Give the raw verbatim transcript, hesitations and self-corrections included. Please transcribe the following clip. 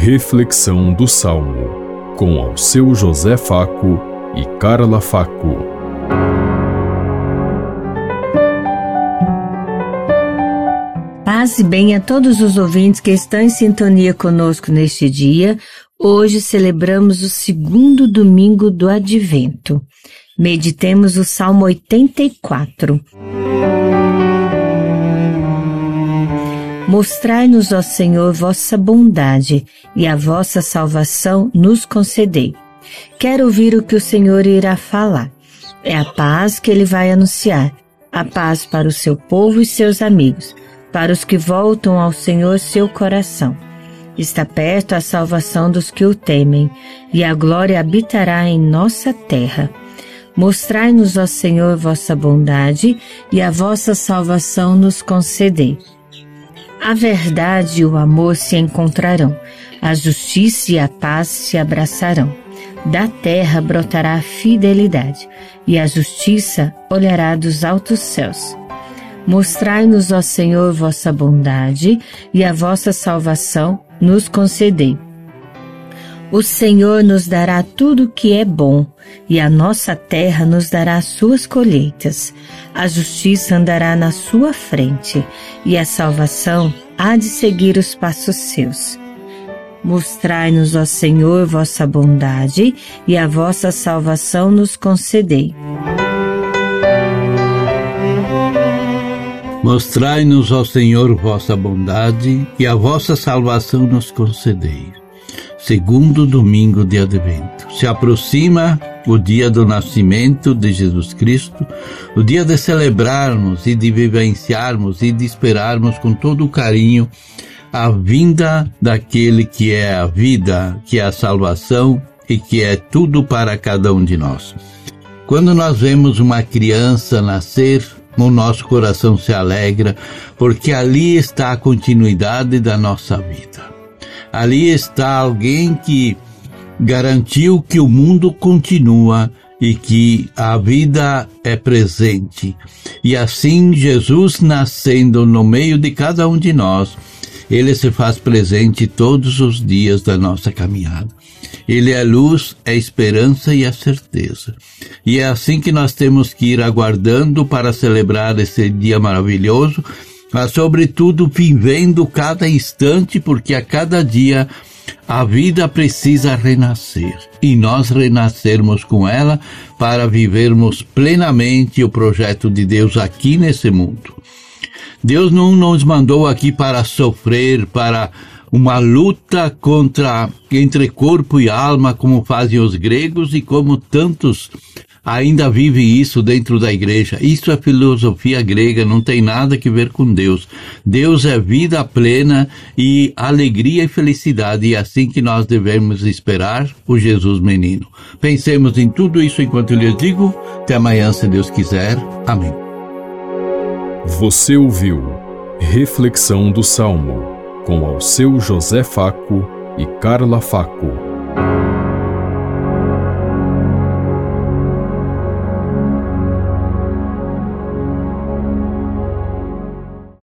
Reflexão do Salmo, com Alceu José Faco e Carla Faco. Paz e bem a todos os ouvintes que estão em sintonia conosco neste dia. Hoje celebramos o segundo domingo do Advento. Meditemos o Salmo oitenta e quatro. Mostrai-nos, ó Senhor, vossa bondade, e a vossa salvação nos concedei. Quero ouvir o que o Senhor irá falar. É a paz que ele vai anunciar, a paz para o seu povo e seus amigos, para os que voltam ao Senhor seu coração. Está perto a salvação dos que o temem, e a glória habitará em nossa terra. Mostrai-nos, ó Senhor, vossa bondade, e a vossa salvação nos concedei. A verdade e o amor se encontrarão, a justiça e a paz se abraçarão. Da terra brotará a fidelidade, e a justiça olhará dos altos céus. Mostrai-nos, ó Senhor, vossa bondade, e a vossa salvação nos concedei. O Senhor nos dará tudo o que é bom, e a nossa terra nos dará suas colheitas. A justiça andará na sua frente, e a salvação há de seguir os passos seus. Mostrai-nos, ó Senhor, vossa bondade, e a vossa salvação nos concedei. Mostrai-nos, ó Senhor, vossa bondade, e a vossa salvação nos concedei. Segundo domingo de Advento. Se aproxima o dia do nascimento de Jesus Cristo, o dia de celebrarmos e de vivenciarmos e de esperarmos com todo o carinho a vinda daquele que é a vida, que é a salvação e que é tudo para cada um de nós. Quando nós vemos uma criança nascer, o nosso coração se alegra, porque ali está a continuidade da nossa vida. Ali está alguém que garantiu que o mundo continua e que a vida é presente. E assim, Jesus nascendo no meio de cada um de nós, ele se faz presente todos os dias da nossa caminhada. Ele é luz, é esperança e é certeza. E é assim que nós temos que ir aguardando para celebrar esse dia maravilhoso, mas sobretudo vivendo cada instante, porque a cada dia a vida precisa renascer. E nós renascermos com ela para vivermos plenamente o projeto de Deus aqui nesse mundo. Deus não nos mandou aqui para sofrer, para uma luta contra, entre corpo e alma, como fazem os gregos e como tantos ainda vivem isso dentro da igreja. Isso é filosofia grega, não tem nada a ver com Deus. Deus é vida plena e alegria e felicidade, e é assim que nós devemos esperar o Jesus menino. Pensemos em tudo isso enquanto eu lhes digo. Até amanhã, se Deus quiser. Amém. Você ouviu Reflexão do Salmo, com Alceu José Faco e Carla Faco.